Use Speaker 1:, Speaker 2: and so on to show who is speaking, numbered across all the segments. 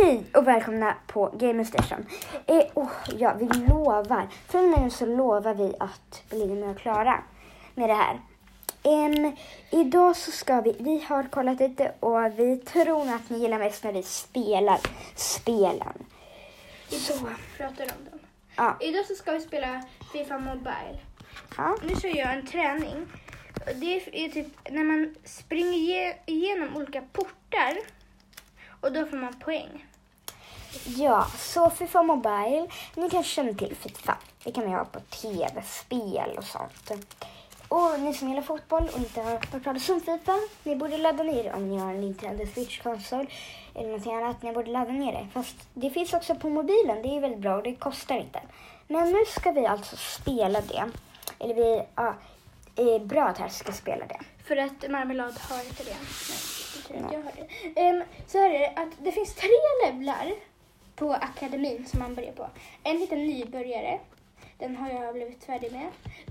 Speaker 1: Hej och välkomna på Gamer Station. Vi lovar. Från nu så lovar vi att bli med och klara med det här. Idag så ska vi har kollat lite och vi tror att ni gillar mest när vi spelar spelen.
Speaker 2: Så pratar om dem.
Speaker 1: Ja.
Speaker 2: Idag så ska vi spela FIFA Mobile.
Speaker 1: Ja.
Speaker 2: Nu ska jag göra en träning. Det är typ när man springer igenom olika portar och då får man poäng.
Speaker 1: Ja, så FIFA Mobile, ni kanske känner till FIFA. Det kan man ha på tv-spel och sånt. Och ni som gillar fotboll och inte har hört talas om FIFA, ni borde ladda ner det om ni har en Nintendo Switch-konsol eller något annat. Ni borde ladda ner det. Fast det finns också på mobilen, det är väldigt bra och det kostar inte. Men nu ska vi alltså spela det. Eller det är bra att här ska spela det.
Speaker 2: För att Marmelad har inte det. Nej, jag har det. Så här är det att det finns 3 levlar på akademin som man börjar på. En heter nybörjare. Den har jag blivit färdig med.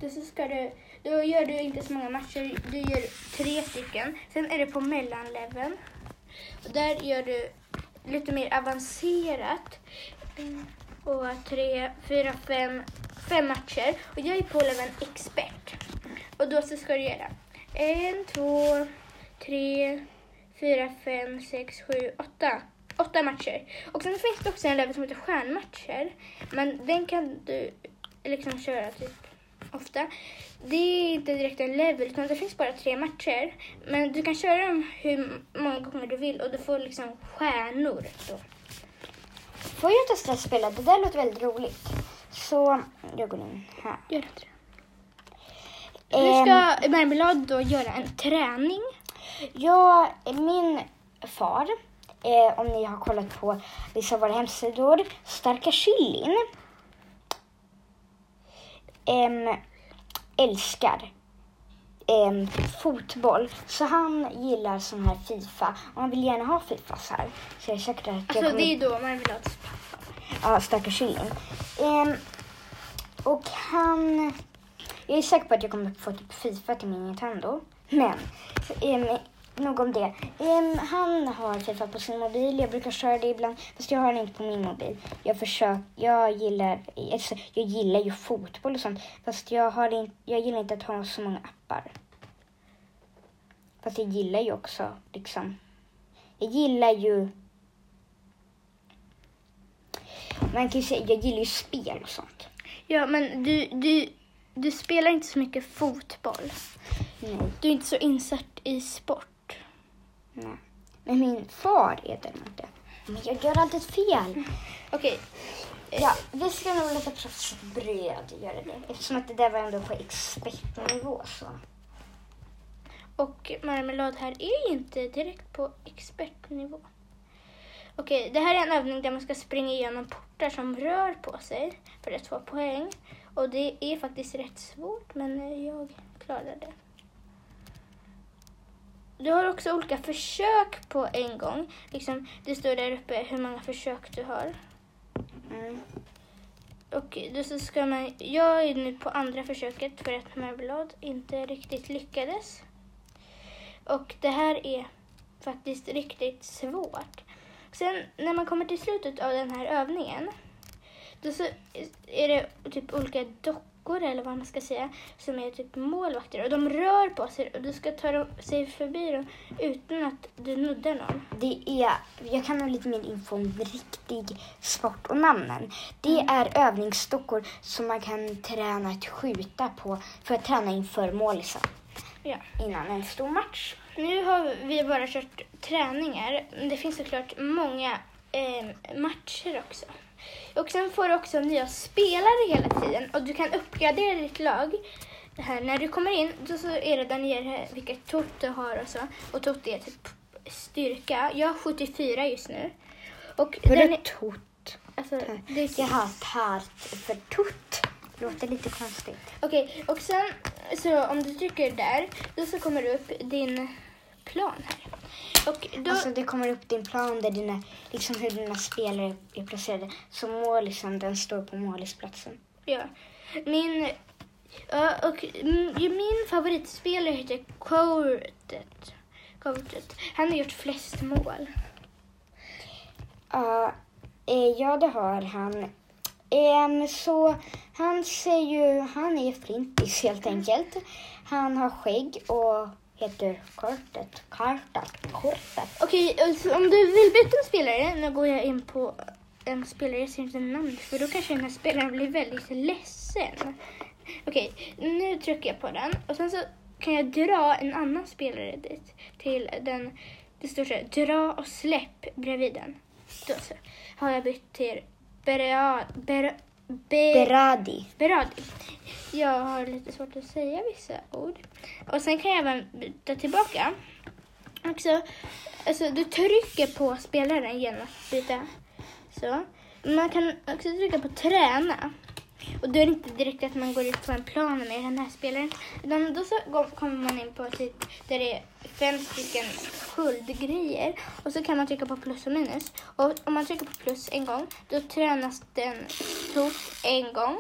Speaker 2: Då gör du inte så många matcher. Du gör 3 stycken. Sen är det på mellanleveln. Och där gör du lite mer avancerat. Och 3, 4, 5 matcher. Och jag är på leveln expert. Och då så ska du göra 1, 2, 3, 4, 5, 6, 7, 8 matcher. Och sen finns det också en level som heter stjärnmatcher. Men den kan du liksom köra typ ofta. Det är inte direkt en level utan det finns bara 3 matcher. Men du kan köra dem hur många gånger du vill och du får liksom stjärnor då.
Speaker 1: Får jag testa att spela? Det där låter väldigt roligt. Så jag går in här.
Speaker 2: Gör det. Nu ska Marmelad då göra en träning.
Speaker 1: Ja, min far, om ni har kollat på vissa av våra hemsidor, Starka Chilin, älskar fotboll. Så han gillar sån här FIFA. Och han vill gärna ha FIFA så här. Så jag är säker att
Speaker 2: alltså det är då Marmelads pappa.
Speaker 1: Ja, Starka Chilin. Och jag är säker på att jag kommer få typ FIFA till min Nintendo. Men nog om det. Han har FIFA på sin mobil. Jag brukar köra det ibland. Fast jag har den inte på min mobil. Jag gillar ju fotboll och sånt. Fast jag gillar inte att ha så många appar. Fast jag gillar ju också liksom. Jag gillar ju. Man kan ju säga, jag gillar ju spel och sånt.
Speaker 2: Ja, men du spelar inte så mycket fotboll.
Speaker 1: Nej.
Speaker 2: Du är inte så insatt i sport.
Speaker 1: Nej. Men min far är däremot det. Men jag gör alltid fel.
Speaker 2: Okej.
Speaker 1: Ja, vi ska nog låta proffsigt bröd göra det. Eftersom att det där var ändå på expertnivå så.
Speaker 2: Och Marmelad här är inte direkt på expertnivå. Okej, det här är en övning där man ska springa igenom portar som rör på sig för att få poäng. Och det är faktiskt rätt svårt, men jag klarar det. Du har också olika försök på en gång. Liksom, det står där uppe hur många försök du har. Och då så ska jag är nu på andra försöket för att Marmelad inte riktigt lyckades. Och det här är faktiskt riktigt svårt. Sen när man kommer till slutet av den här övningen, då så är det typ olika dockor eller vad man ska säga som är typ målvakter. Och de rör på sig och du ska ta sig förbi dem utan att du nuddar någon.
Speaker 1: Jag kan ha lite mer info om riktig sport och namnen. Det är övningsdockor som man kan träna att skjuta på för att träna inför målisen.
Speaker 2: Ja.
Speaker 1: Innan en stor match.
Speaker 2: Nu har vi bara kört träningar. Det finns såklart många matcher också. Och sen får du också nya spelare hela tiden. Och du kan uppgradera ditt lag. Det här, när du kommer in då så är det där nere vilket tot du har och så. Och tot är typ styrka. Jag har 74 just nu. Och
Speaker 1: För
Speaker 2: den
Speaker 1: är tot.
Speaker 2: Alltså,
Speaker 1: Jag har tart för tot. Låter lite konstigt.
Speaker 2: Okej, och sen så om du trycker där då så kommer det upp din plan här. Och då,
Speaker 1: alltså det kommer upp din plan där hur dina spelare är placerade. Så målisen, den står på målisplatsen.
Speaker 2: Ja. Min favoritspelare heter Courtet. Han har gjort flest mål.
Speaker 1: Ja, det har han. Så han är flintis helt enkelt. Han har skägg och heter Kortet.
Speaker 2: Okej, alltså, om du vill byta en spelare, nu går jag in på en spelare jag ser inte namn, för då kanske den här spelaren blir väldigt ledsen. Okej, nu trycker jag på den och sen så kan jag dra en annan spelare dit till den. Det står så här, dra och släpp bredvid den. Då så har jag bytt till
Speaker 1: Berardi.
Speaker 2: Jag har lite svårt att säga vissa ord. Och sen kan jag även byta tillbaka. Också, alltså, du trycker på spelaren genom att byta. Så. Man kan också trycka på träna. Och då är det inte direkt att man går ut på en plan med den här spelaren. Utan då så kommer man in på ett sätt där det är 5 stycken skuldgrejer. Och så kan man trycka på plus och minus. Och om man trycker på plus en gång, då tränas den en gång.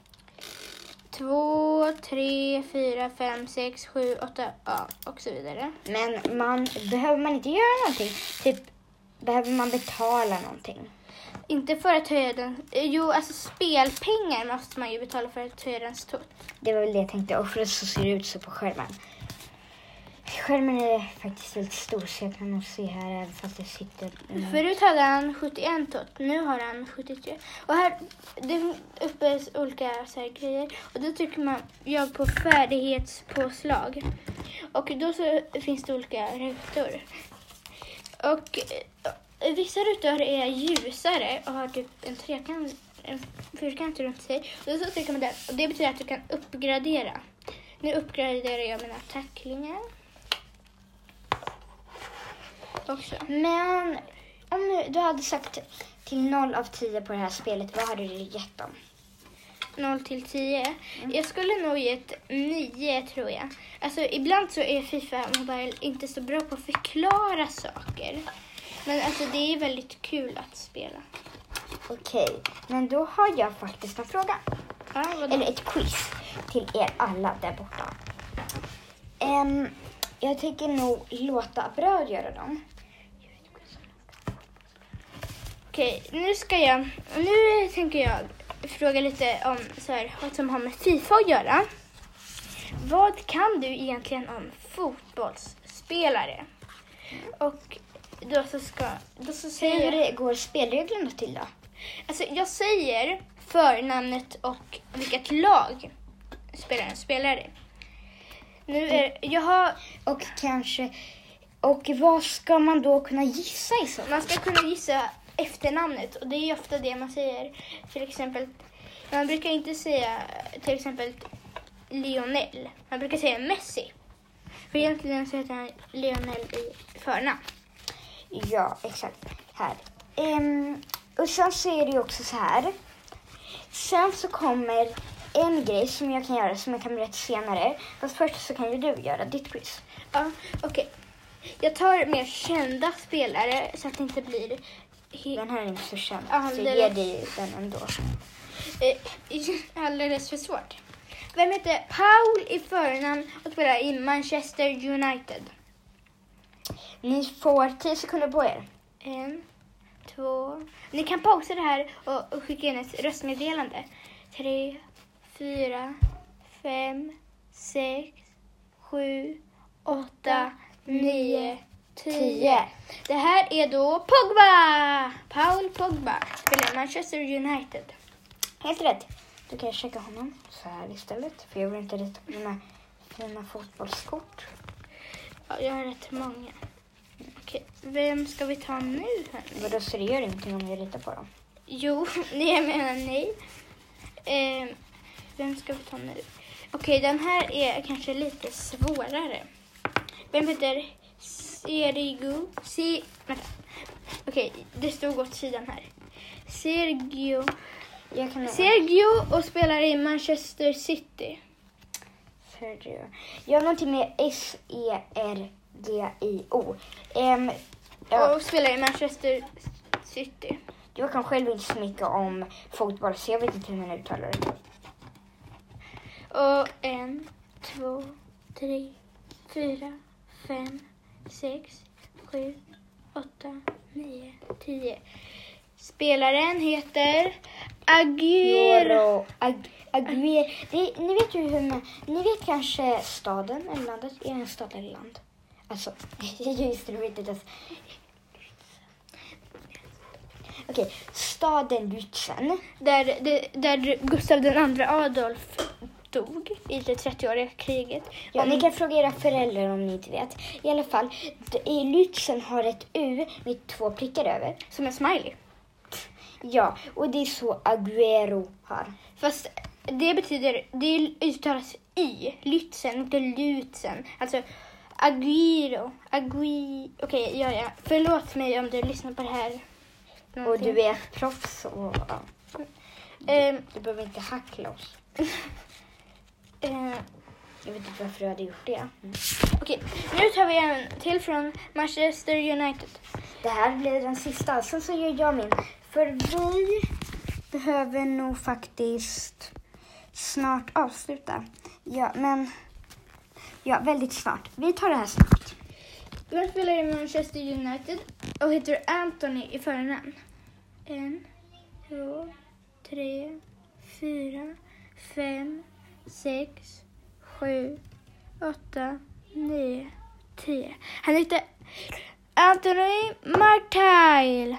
Speaker 2: 2, 3, 4, 5, 6, 7, 8, ja, och så vidare.
Speaker 1: Men behöver man inte göra någonting? Typ, behöver man betala någonting?
Speaker 2: Inte för att höja den. Jo, alltså spelpengar måste man ju betala för att höja dens tot.
Speaker 1: Det var väl det jag tänkte. Och för att så ser det ut så på skärmen. Skärmen är faktiskt väldigt stor så jag kan nog se här även fast jag sitter...
Speaker 2: Förut hade han 71 tot. Nu har han 73. Och här det är uppe olika så här grejer. Och då trycker jag på färdighetspåslag. Och då så finns det olika rutor. Och vissa rutor är ljusare och har typ en fyrkant runt sig. Och då så trycker man där. Och det betyder att du kan uppgradera. Nu uppgraderar jag mina tacklingar. Också.
Speaker 1: Men om du hade sagt till 0 av 10 på det här spelet, vad hade du gett dem?
Speaker 2: 0 till 10. Jag skulle nog ge ett 9 tror jag. Alltså ibland så är FIFA Mobile inte så bra på att förklara saker. Men alltså det är väldigt kul att spela.
Speaker 1: Okej, men då har jag faktiskt en fråga.
Speaker 2: Ja,
Speaker 1: eller ett quiz till er alla där borta. Jag tänker nog låta bröd göra dem.
Speaker 2: Okej, nu tänker jag fråga lite om så här, vad som har med FIFA att göra. Vad kan du egentligen om fotbollsspelare? Och då så säger
Speaker 1: hur går spelreglerna till då?
Speaker 2: Alltså jag säger förnamnet och vilket lag spelaren spelar i. Nu är jag har
Speaker 1: och vad ska man då kunna gissa i så?
Speaker 2: Man ska kunna gissa efternamnet och det är ofta det man säger. Till exempel man brukar inte säga till exempel Lionel. Man brukar säga Messi. För egentligen så heter han Lionel i förnamn.
Speaker 1: Ja, exakt. Här. Och sen så är det ju också så här. Sen så kommer en grej som jag kan göra som jag kan berätta senare. Fast först så kan ju du göra ditt quiz.
Speaker 2: Ja, okej. Jag tar mer kända spelare så att det inte blir...
Speaker 1: Den här är inte så känd.
Speaker 2: Alldeles...
Speaker 1: Så ge dig den ändå.
Speaker 2: Alldeles för svårt. Vem heter Paul i förnamn och spelar i Manchester United?
Speaker 1: Ni får 10 sekunder på er.
Speaker 2: 1, 2... Ni kan pausa det här och skicka in ett röstmeddelande. 3, 4, 5, 6, 7, 8, 9, 10. Det här är då Pogba! Paul Pogba spelar Manchester United.
Speaker 1: Helt rätt. Du kan checka honom så här istället. För jag vill inte rita på de här fina fotbollskort.
Speaker 2: Ja, jag har rätt många. Okej, vem ska vi ta nu?
Speaker 1: Vadå, så det gör ingenting om vi ritar på dem?
Speaker 2: Jo, jag menar nej. Vem ska vi ta nu? Okej, den här är kanske lite svårare. Vem heter Sergio? Okej, det stod åt sidan här. Sergio och spelar i Manchester City.
Speaker 1: Sergio. Jag har någonting med Sergio.
Speaker 2: Och spelar i Manchester City.
Speaker 1: Jag kan själv inte så mycket om fotboll så jag vet inte hur man uttalar det.
Speaker 2: Och 1, 2, 3, 4, 5, 6, 7, 8, 9, 10. Spelaren heter Agüero.
Speaker 1: Agüero. Ni vet ju ni vet kanske staden eller landet. Är det en stad eller land? Alltså, just det, vet inte. Okej, staden Lützen.
Speaker 2: Där Gustav II Adolf dog i det 30-åriga kriget.
Speaker 1: Ja, ni kan fråga era föräldrar om ni inte vet. I alla fall, i Lützen har ett U med 2 prickar över.
Speaker 2: Som en smiley.
Speaker 1: Ja, och det är så Agüero har.
Speaker 2: Fast det betyder, det uttalas i Lützen, inte Lützen. Alltså Agüero. Okej, ja. Förlåt mig om du lyssnar på det här.
Speaker 1: Och du är proffs och ja. Du behöver inte hackla oss. Jag vet inte varför du hade gjort det.
Speaker 2: Okej, nu tar vi en till från Manchester United.
Speaker 1: Det här blir den sista. Sen så gör jag min. För vi behöver nog faktiskt snart avsluta. Ja, men väldigt snart. Vi tar det här snabbt.
Speaker 2: Vem spelar i Manchester United och heter Anthony i förnamn? 1, 2, 3, 4, 5, 6, 7, 8, 9, 10. Han heter Anthony Martial.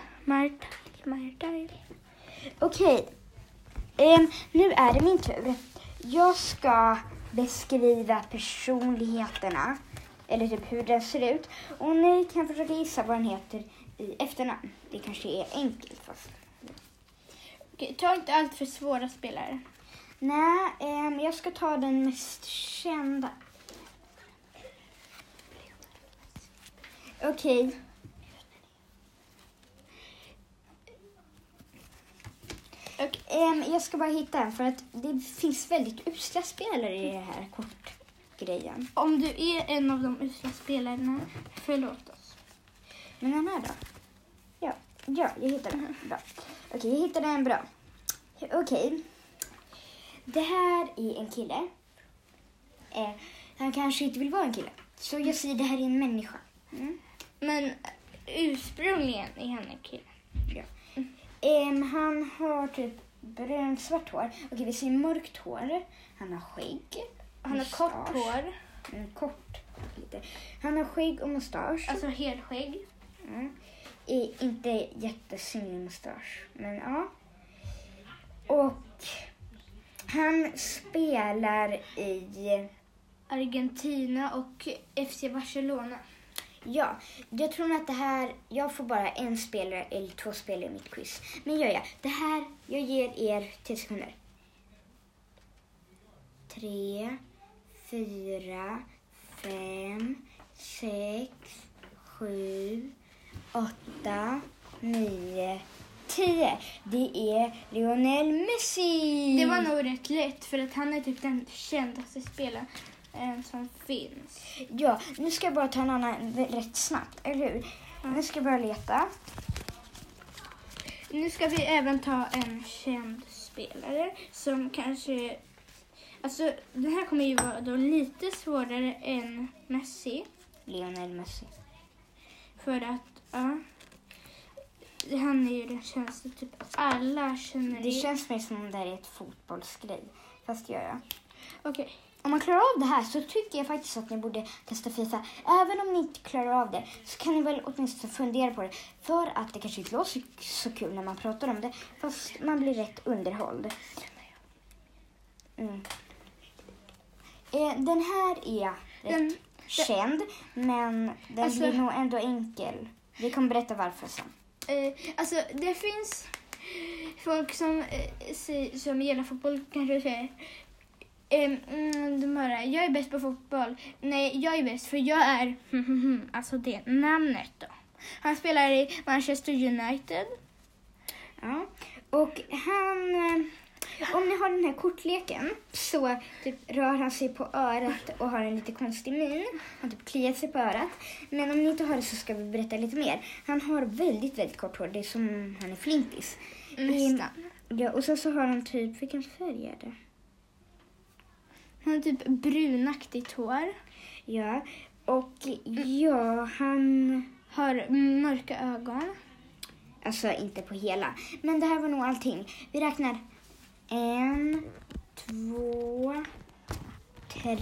Speaker 1: Okej. Nu är det min tur. Jag ska beskriva personligheterna. Eller typ hur den ser ut. Och ni kan försöka gissa vad den heter i efternamn. Det kanske är enkelt fast.
Speaker 2: Okej, ta inte allt för svåra spelare.
Speaker 1: Nej, jag ska ta den mest kända. Okej. Jag ska bara hitta en för att det finns väldigt usla spelare i det här kortgrejen.
Speaker 2: Om du är en av de usla spelarna, förlåt oss.
Speaker 1: Men den här då? Ja, jag hittade den. Bra. Okej, jag hittade en bra. Okej. Det här är en kille. Han kanske inte vill vara en kille. Så jag säger det här är en människa.
Speaker 2: Men ursprungligen är han en kille.
Speaker 1: Ja. Han har typ brunt svart hår. Okej, vi ser mörkt hår. Han har skägg.
Speaker 2: Han har kort hår.
Speaker 1: Kort. Lite. Han har skägg och mustasch.
Speaker 2: Alltså helskägg.
Speaker 1: Inte jättesynlig mustasch. Men ja. Och han spelar i
Speaker 2: Argentina och FC Barcelona.
Speaker 1: Ja, jag tror att det här, jag får bara en spelare eller 2 spelare i mitt quiz. Men gör jag. Det här, jag ger er 10 sekunder. 3, 4, 5, 6, 7, 8, 9, 10. Det är Lionel Messi.
Speaker 2: Det var nog rätt lätt för att han är typ den kändaste spelaren som finns.
Speaker 1: Ja, nu ska jag bara ta en annan rätt snabbt, eller hur? Nu ska jag börja leta.
Speaker 2: Nu ska vi även ta en känd spelare som kanske... Alltså, den här kommer ju vara då lite svårare än Messi.
Speaker 1: Lionel Messi.
Speaker 2: För att, ja... Han är ju den kändaste, typ alla känner
Speaker 1: det. Känns mer som om det här är ett fotbollsgrej. Fast gör jag.
Speaker 2: Okej.
Speaker 1: Om man klarar av det här så tycker jag faktiskt att ni borde testa FIFA. Även om ni inte klarar av det så kan ni väl åtminstone fundera på det. För att det kanske inte låter så kul när man pratar om det. Fast man blir rätt underhålld. Den här är rätt känd. Men den blir nog ändå enkel. Vi kommer berätta varför sen.
Speaker 2: Alltså det finns folk som gillar fotboll kanske säger jag är bäst på fotboll. Nej, jag är bäst för jag är alltså det namnet då. Han spelar i Manchester United. Ja,
Speaker 1: och han om ni har den här kortleken så typ rör han sig på örat och har en lite konstig min. Han typ kliar sig på örat. Men om ni inte har det så ska vi berätta lite mer. Han har väldigt, väldigt kort hår. Det är som han är flintis.
Speaker 2: Nästan.
Speaker 1: Ja, och så har han typ, vilken färg är det?
Speaker 2: Han har typ brunaktigt hår.
Speaker 1: Ja, och ja, han
Speaker 2: har mörka ögon.
Speaker 1: Alltså inte på hela. Men det här var nog allting. Vi räknar 1, 2, 3,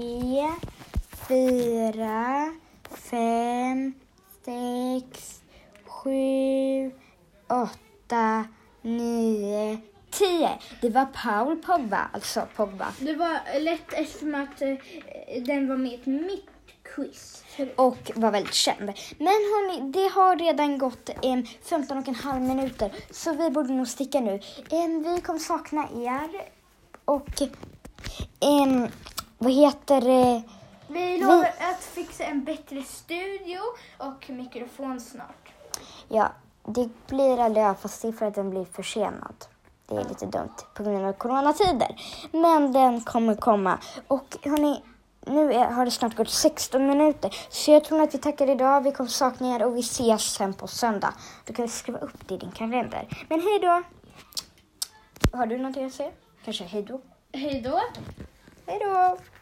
Speaker 1: 4, 5, 6, 7, 8, 9, 10. Det var Paul Pogba, alltså Pogba.
Speaker 2: Det var lätt eftersom att den var med i mitt quiz.
Speaker 1: Och var väldigt känd. Men hörni, det har redan gått 15,5 minuter. Så vi borde nog sticka nu. Vi kommer sakna er. Och vad heter det?
Speaker 2: Vi lovar att fixa en bättre studio och mikrofon snart.
Speaker 1: Ja, det blir aldrig fast det är för att den blir försenad. Det är lite dumt på grund av coronatider. Men den kommer komma. Och hörni, nu har det snart gått 16 minuter. Så jag tror att vi tackar idag. Vi kommer sakna er och vi ses sen på söndag. Du kan skriva upp det i din kalender. Men hej då. Har du någonting att säga? Kanske hej då?
Speaker 2: Hej då.
Speaker 1: Hej då.